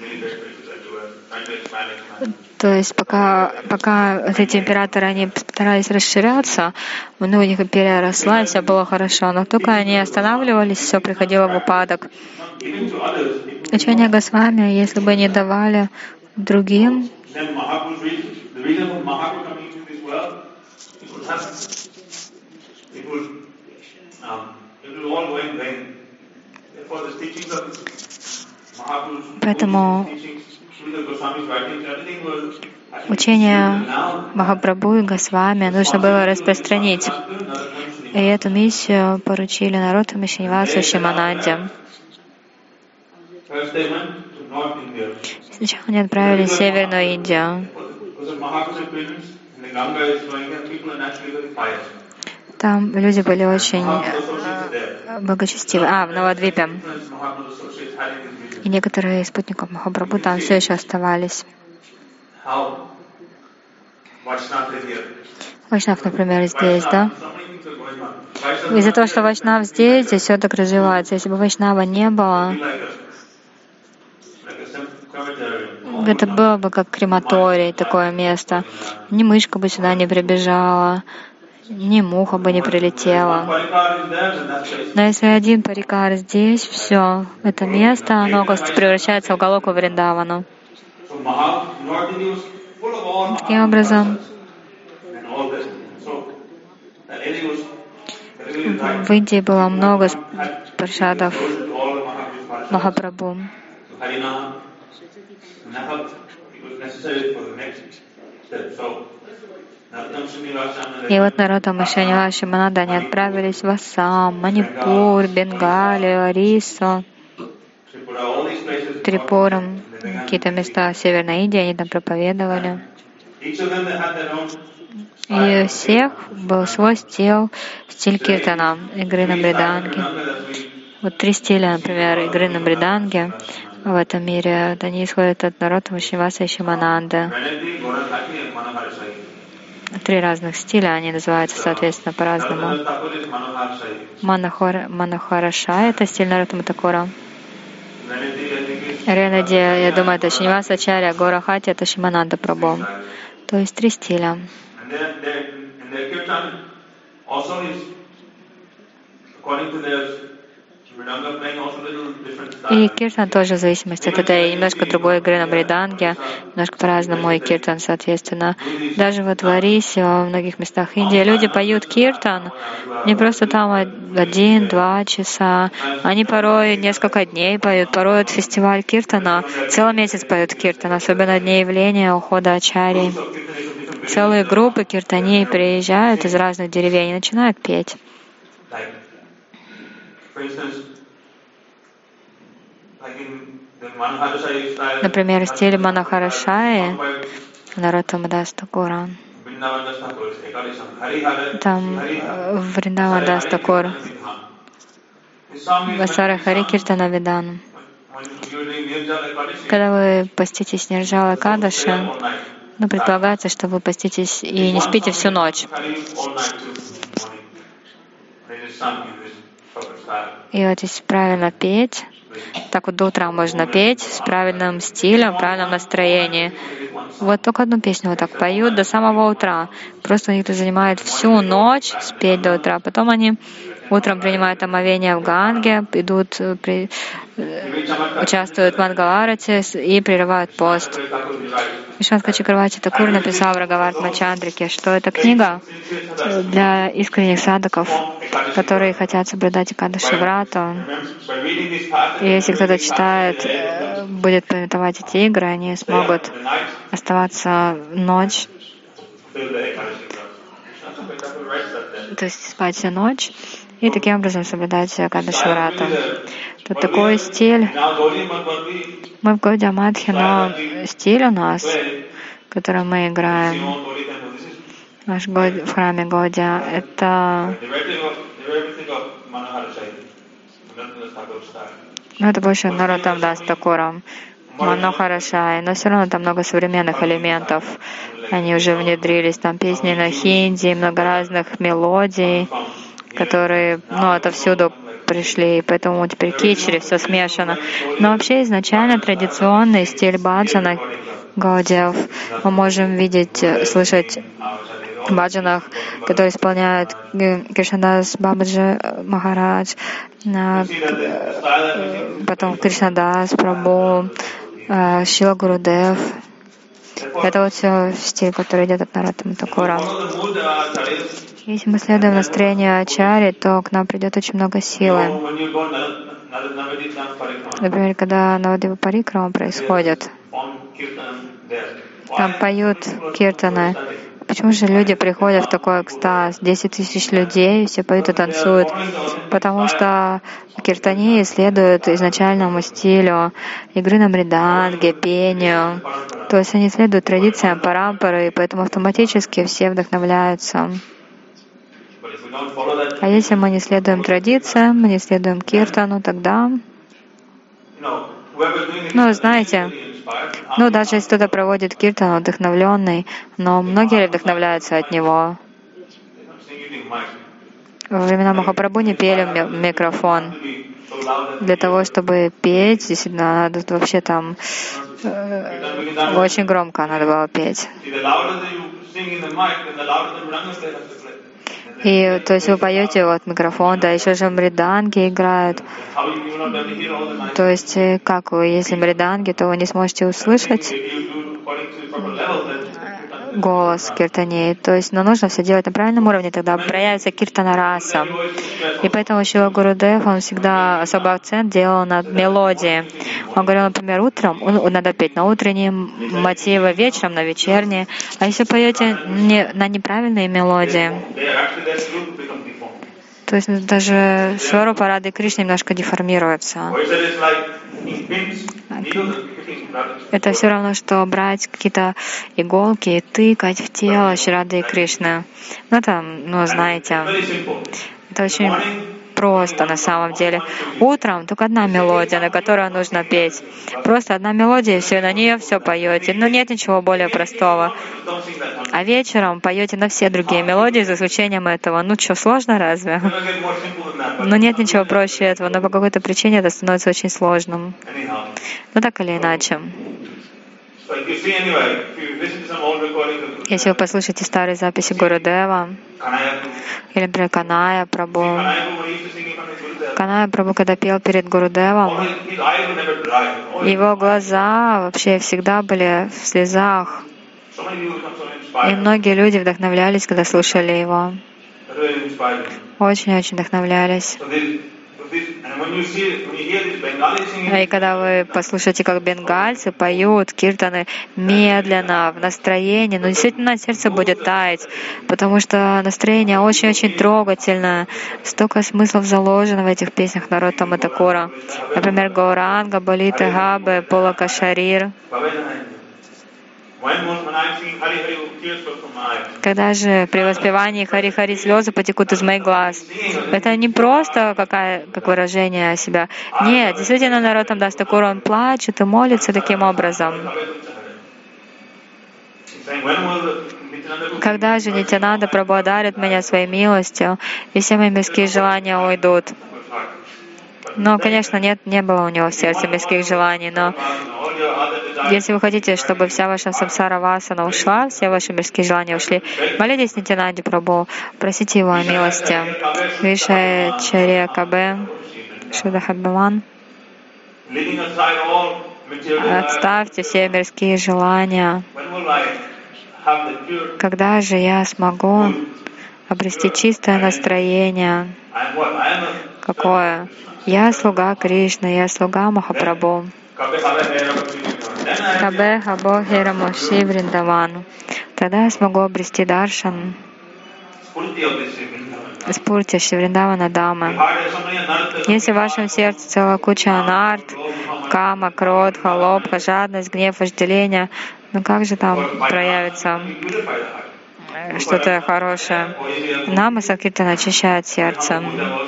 то есть пока, пока эти императоры, они старались расширяться, ну, у них империя росла, и все было хорошо, но только они останавливались, все приходило в упадок. Учение Госвами, если бы не давали другим, поэтому учение Махапрабху и Госвами нужно было распространить. И эту миссию поручили Нароттаме Шинивасу и Шимананде. Сначала они отправились в Северную Индию. Там люди были очень благочестивы. А, в Навадвипе. И некоторые из спутников Махапрабху там все еще оставались. Вайшнав, например, здесь, да? Из-за того, что Вайшнав здесь, здесь все так развивается. Если бы Вайшнава не было, это было бы как крематорий, такое место. Ни мышка бы сюда не прибежала, ни муха бы не прилетела. Но если один парикар здесь, все, это место, оно превращается в Галоку Вриндавану. Таким образом, в Индии было много паршадов Махапрабху. И вот Нароттама Шриниваса Шимананда, они отправились в Ассам, Манипур, Бенгалию, Орису, Трипурам, какие-то места Северной Индии, они там проповедовали. И у всех был свой стиль, стиль киртана, игры на мриданге. Вот три стиля, например, игры на мриданге в этом мире, вот они исходят от Нароттама Шриниваса и Шимананды. Три разных стиля, они называются, соответственно, по-разному. Манохара-шай — это стиль Нароттама Такура. Ренеди, я думаю, это Шриниваса Ачарья, Гаурахати — это Шимананда Прабху. То есть три стиля. И киртан тоже в зависимости от этой немножко другой игры на мриданге, немножко по-разному, и киртан, соответственно. Даже вот в Орисе, во многих местах Индии люди поют киртан не просто там один-два часа, они порой несколько дней поют, порой вот фестиваль киртана, целый месяц поют киртан, особенно дни явления, ухода ачарьи. Целые группы киртаней приезжают из разных деревень и начинают петь. Например, стиль Манохара-шаи Нароттама Дас Такура. Там Вриндаван Дас Такур. Васара Хари Киртана Видан. Когда вы поститесь Нирджала Экадаши, ну, предполагается, что вы поститесь и не спите всю ночь. И вот если правильно петь, так вот до утра можно петь с правильным стилем, в правильном настроении. Вот только одну песню вот так поют до самого утра. Просто у них это занимает всю ночь спеть до утра. Потом они утром принимают омовение в Ганге, идут, при, участвуют в Мангаларате и прерывают пост. Вишванатха Чакраварти Такур написал в Рагавартма Чандрике, что это книга для искренних садхаков, которые хотят соблюдать Экадаши Врату. И если кто-то читает, будет памятовать эти игры, они смогут оставаться ночь, то есть спать всю ночь, и таким образом соблюдать Экадаши Врату. Тут такой стиль. Мы в Гаудия Матхе, но стиль у нас, который мы играем наш Гауди, в храме Гаудия, это, ну, это больше Нароттама Дас Такура, Манохара-шай, но все равно там много современных элементов. Они уже внедрились, там песни на хинди, много разных мелодий, которые, ну, отовсюду пришли, и поэтому теперь кичери, все смешано. Но вообще изначально традиционный стиль баджана гаудиев мы можем видеть, слышать в баджанах, которые исполняют Кришнадас Бабаджи Махарадж, потом Кришнадас Прабху, Шила Гурудев. Это вот все стиль, который идет от Нароттама Такура. Если мы следуем настроению ачарьи, то к нам придет очень много силы. Например, когда Навадива Парикрама происходит, там поют киртаны. Почему же люди приходят в такой экстаз? Десять тысяч людей, все поют и танцуют. Потому что киртании следуют изначальному стилю игры на мриданге, пению. То есть они следуют традициям парампары, и поэтому автоматически все вдохновляются. А если мы не следуем традициям, мы не следуем киртану, тогда Ну, знаете, ну, даже если кто-то проводит киртан, вдохновленный, но многие вдохновляются от него. Во времена Махапрабху не пели в ми- микрофон. Для того, чтобы петь, действительно, надо вообще там э, очень громко надо было петь. И то есть вы поете вот микрофон, да, еще же мриданги играют. То есть э, как вы, если мриданги, то вы не сможете услышать голос киртани. То есть, но нужно все делать на правильном уровне, тогда проявится киртана раса. И поэтому Шила Гурудев, он всегда особый акцент делал на мелодии. Он говорил, например, утром, ну, надо петь на утренние мотивы, вечером на вечерние. А если поете не, на неправильные мелодии, то есть даже Сварупа Рады Кришны немножко деформируется. Это все равно, что брать какие-то иголки и тыкать в тело Шрады и Кришны. Ну, там, ну, знаете, это очень просто на самом деле. Утром только одна мелодия, на которую нужно петь. Просто одна мелодия, и все, на нее все поете. Но нет ничего более простого. А вечером поете на все другие мелодии, за исключением этого. Ну что, сложно разве? Ну нет ничего проще этого, но по какой-то причине это становится очень сложным. Ну так или иначе. Если вы послушаете старые записи Гурудева, или, например, Каная Прабху, Каная Прабху, когда пел перед Гурудевом, его глаза вообще всегда были в слезах. И многие люди вдохновлялись, когда слушали его. Очень-очень вдохновлялись. И когда вы послушаете, как бенгальцы поют киртаны медленно, в настроении, ну действительно сердце будет таять, потому что настроение очень-очень трогательное, столько смыслов заложено в этих песнях Нароттама Такура. Например, Гауранга, Балита Габе, Полака Шарир. Когда же при воспевании Хари-Хари слезы потекут из моих глаз. Это не просто какая, как выражение себя. Нет, действительно, народ там даст Такур, он плачет и молится таким образом. Когда же Нитянанда проблагодарит меня своей милостью, и все мои мирские желания уйдут. Но, конечно, нет, не было у него в сердце мирских желаний, но если вы хотите, чтобы вся ваша самсара васана ушла, все ваши мирские желания ушли, молитесь Нитянанде Прабху, просите его о милости. Више Чарья Кабе, Шудахаббаван. Отставьте все мирские желания. Когда же я смогу обрести чистое настроение? Какое? Я слуга Кришны, я слуга Махапрабху. Кабе Хабо Хирамоши Вриндавану. Тогда я смогу обрести даршан Спурти Шри Вриндавана Дамы. Если в вашем сердце целая куча анарт, кама, кротха, лобха, жадность, гнев, вожделение, ну как же там проявится что-то хорошее? Нама Санкиртана очищает сердце.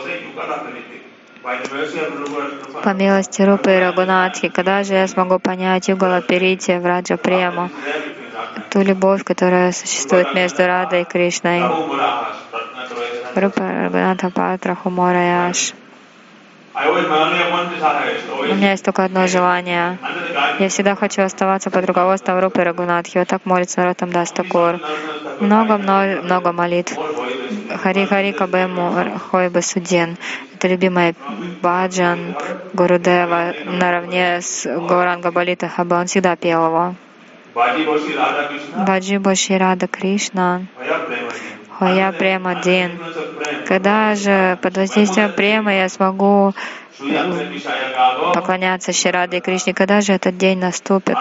По милости Рупы и Рагунатхи, когда же я смогу понять Югала Перити, Враджа Прему, ту любовь, которая существует между Радой и Кришной? Рупа Рагунатха Патра Хумора Яш. У меня есть только одно желание. Я всегда хочу оставаться под руководством Рупы Рагунатхи. Вот так молится Нароттам Дас Такур. Много-много много молитв. Хари-Хари Кабему Хойба Судин. Это любимый баджан Гурудева наравне с Гауранга Балита Хаба. Он всегда пел его. Баджи Боши Рада Кришна. Хоя Према Дин. Когда же под воздействием премы я смогу поклоняться Шри Кришне, когда же этот день наступит?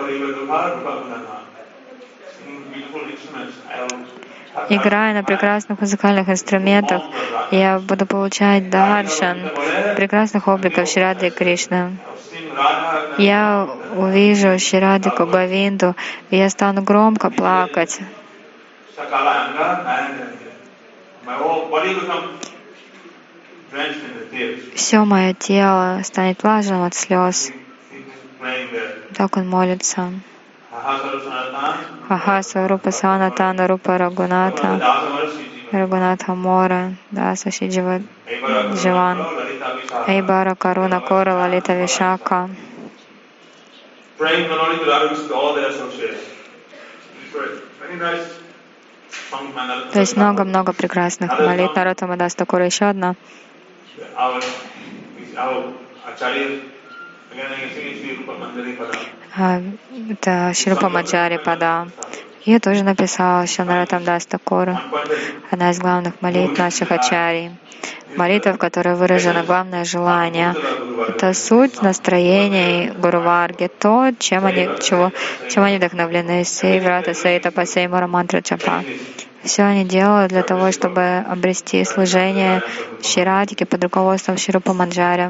Играя на прекрасных музыкальных инструментах, я буду получать даршан прекрасных обликов Шри Кришны. Я увижу Шри Говинду, и я стану громко плакать. Все мое тело станет влажным от слез. Так он молится. Аха Сварупа Санатана Рупа Рагуната Рагунатха Мора Даса Шиджива Дживан Айбара Каруна Кора Лалита Вишака. То есть много-много прекрасных молитв. Нароттама Дас Такура. Еще одна. Это Шрупа Маджари Пада. Ее тоже написал еще Нароттама Дас Такур. Одна из главных молитв наших ачарий. Молитва, в которой выражено главное желание. Это суть настроений Гуру Варги, то, чем они, чего, чем они вдохновлены. Сейврата, Сейта, Пасеймара, Мантра, Чапа. Все они делают для того, чтобы обрести служение Ширадики под руководством Шрупа Манджари.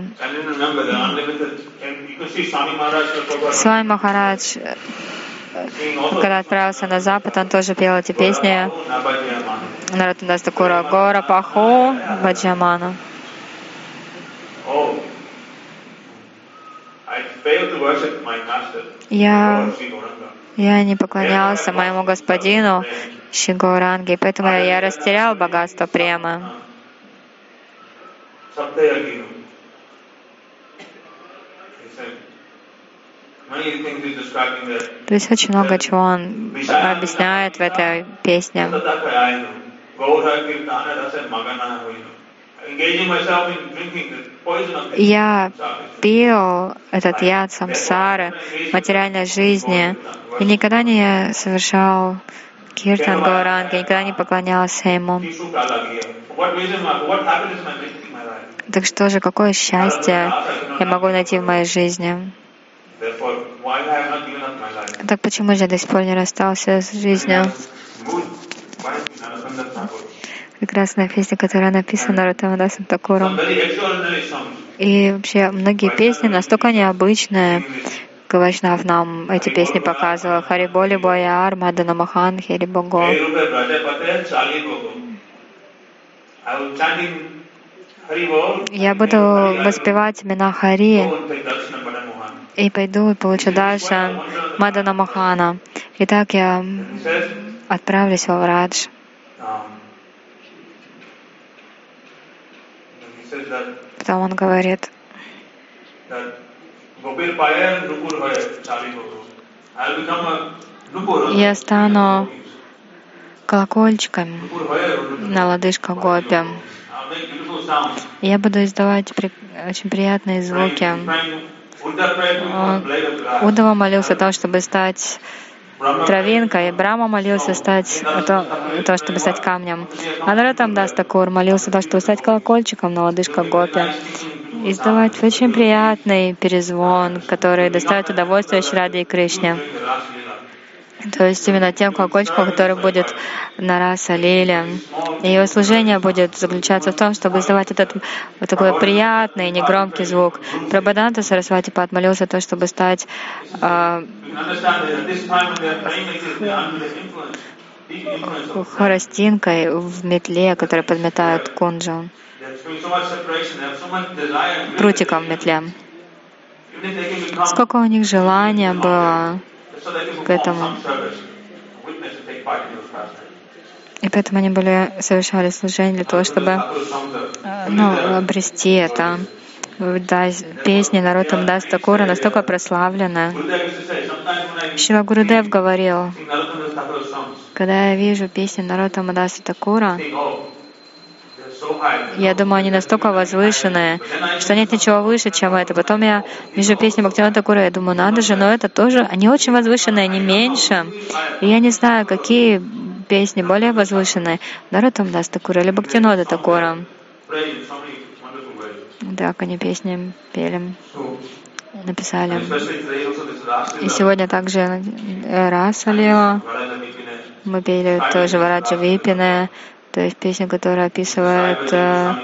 Свами Махарадж, когда отправился на Запад, он тоже пел эти песни. Нароттама Дас Такура Гора Паху Баджаману. Я, я не поклонялся моему господину Шри Гауранге, поэтому я растерял богатство премы. То есть очень много чего он объясняет в этой песне. Я пил этот яд самсары, материальной жизни, и никогда не совершал киртан Гауранги, никогда не поклонялся ему. Так что же, какое счастье я могу найти в моей жизни? Так почему же я до сих пор не расстался с жизнью? Прекрасная песня, которая написана Нароттама Дасом Такуром. И вообще многие песни настолько необычные. Вайшнав нам эти песни показывал. Хари Боли Бояр, Мадана Махан, Хери Бого. Я буду воспевать имена Хари и пойду и получу дальше Мадана Махана. И так я отправлюсь во Врадж. Потом он говорит, я стану колокольчиком на лодыжках гопи. Я буду издавать при... очень приятные звуки. Удава молился о том, чтобы стать травинкой, Брахма молился стать о том, о том, чтобы стать камнем. А Нароттама Дас Такур молился о том, чтобы стать колокольчиком на лодыжках гопи. Издавать очень приятный перезвон, который доставит удовольствие Шри и Кришне. То есть именно тем колокольчиком, который будет на Раса Лиле. И его служение будет заключаться в том, чтобы издавать этот вот такой приятный, негромкий звук. Прабхаданта Сарасвати Пад молился о том, чтобы стать э, хворостинкой в метле, которая подметает кунджу. Прутиком в метле. Сколько у них желания было к этому. И поэтому они были, совершали служение для того, чтобы ну, обрести это. Да, песни Нароттама Дас Такура настолько прославлены. Шрила Гурудев говорил, когда я вижу песни Нароттама Даса Такура, я думаю, они настолько возвышенные, что нет ничего выше, чем это. Потом я вижу песни Бхактивинода Такура, я думаю, надо же, но это тоже, они очень возвышенные, они меньше. И я не знаю, какие песни более возвышенные, Нароттама Даса Такура или Бхактивинода Такура. Так, они песни пели, написали. И сегодня также Раса Лила. Мы пели тоже Вараджа Випина, то есть песня, которая описывает э,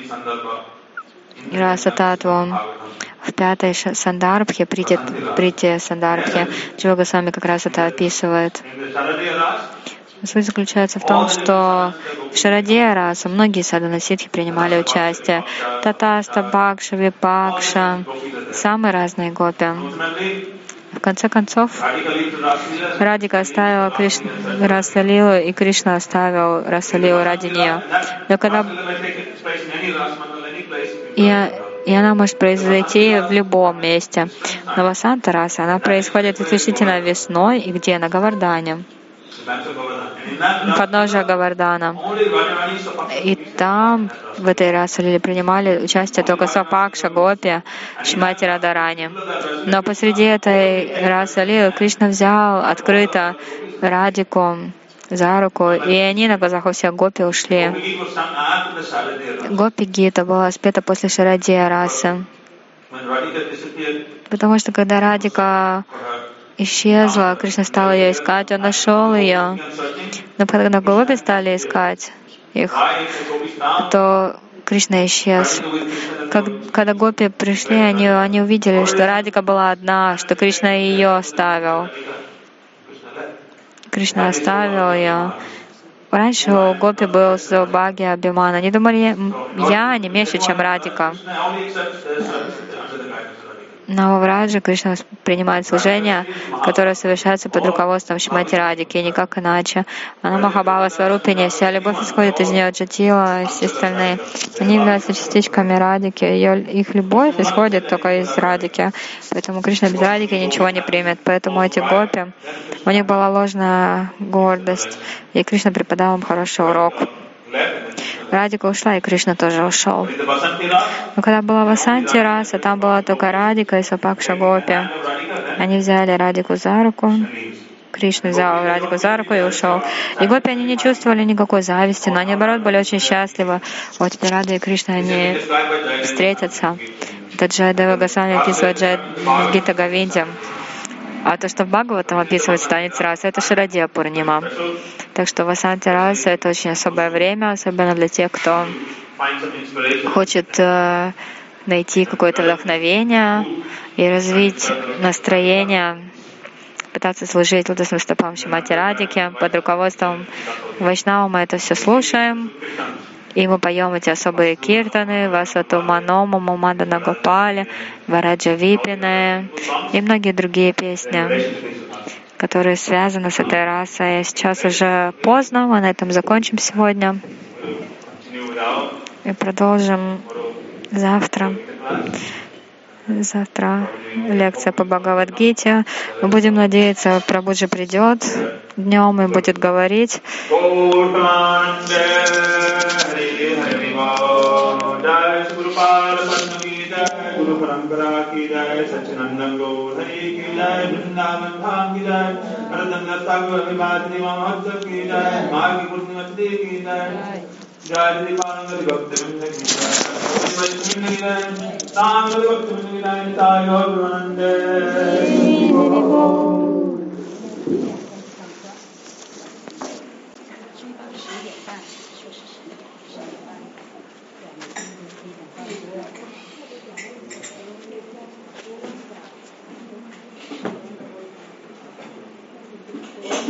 Раса Татву. В пятой Сандарбхе, Прити Сандарбхе, Джива Госвами как раз это описывает. Суть заключается в том, что в Шарадея раса многие садхана ситхи принимали участие. Татаста, Бхакша, Випакша, самые разные гопи. В конце концов, Радика оставила Кришна, Расалилу, и Кришна оставил Расалилу ради нее. Но когда и, и она может произойти в любом месте. Но Васанта раса, она происходит исключительно весной и где? На Говардхане. Подножие Говардхана. И там, в этой Расалиле, принимали участие только Свапакша, Гопи, Шримати Радарани. Но посреди этой Расалилы Кришна взял открыто Радику за руку, и они на глазах у всех Гопи ушли. Гопи Гита была спета после Шарадея расы. Потому что когда Радика исчезла, Кришна стал ее искать, он нашел ее. Но когда Гопи стали искать их, то Кришна исчез. Как, когда Гопи пришли, они, они увидели, что Радика была одна, что Кришна ее оставил. Кришна оставил ее. Раньше у Гопи был Саубхагья, Абхимана. Они думали, я не меньше, чем Радика. Но в Раджа Кришна принимает служение, которое совершается под руководством Шримати Радики, и никак иначе. Она Махабхава Сварупини, вся любовь исходит из нее, Джатила и все остальные. Они являются частичками Радики, ее, их любовь исходит только из Радики. Поэтому Кришна без Радики ничего не примет. Поэтому эти гопи, у них была ложная гордость, и Кришна преподал им хороший урок. Радика ушла, и Кришна тоже ушел. Но когда была Васанти раса, там была только Радика и Свапакша Гопи. Они взяли Радику за руку, Кришна взял Радику за руку и ушел. И Гопи, они не чувствовали никакой зависти, но они, наоборот, были очень счастливы. Вот теперь Рада и Кришна, они встретятся. Это Джайадева Госвами описывает Джай Гита Говинди. А то, что в Бхагаватам описывается танец раса, это Шарадея Пурнима. Так что Васанти раса — это очень особое время, особенно для тех, кто хочет э, найти какое-то вдохновение и развить настроение, пытаться служить лотосным стопам Шримати Радики. Под руководством Вайшнава мы это все слушаем. И мы поем эти особые киртаны, Васату Маному, Мумадана Гопали, Вараджа Випины и многие другие песни, которые связаны с этой расой. Сейчас уже поздно, мы на этом закончим сегодня и продолжим завтра. Завтра лекция по Бхагавад-гите. Мы будем надеяться, Прабхуджи придет днем и будет говорить. Jai Bhakti Bhakti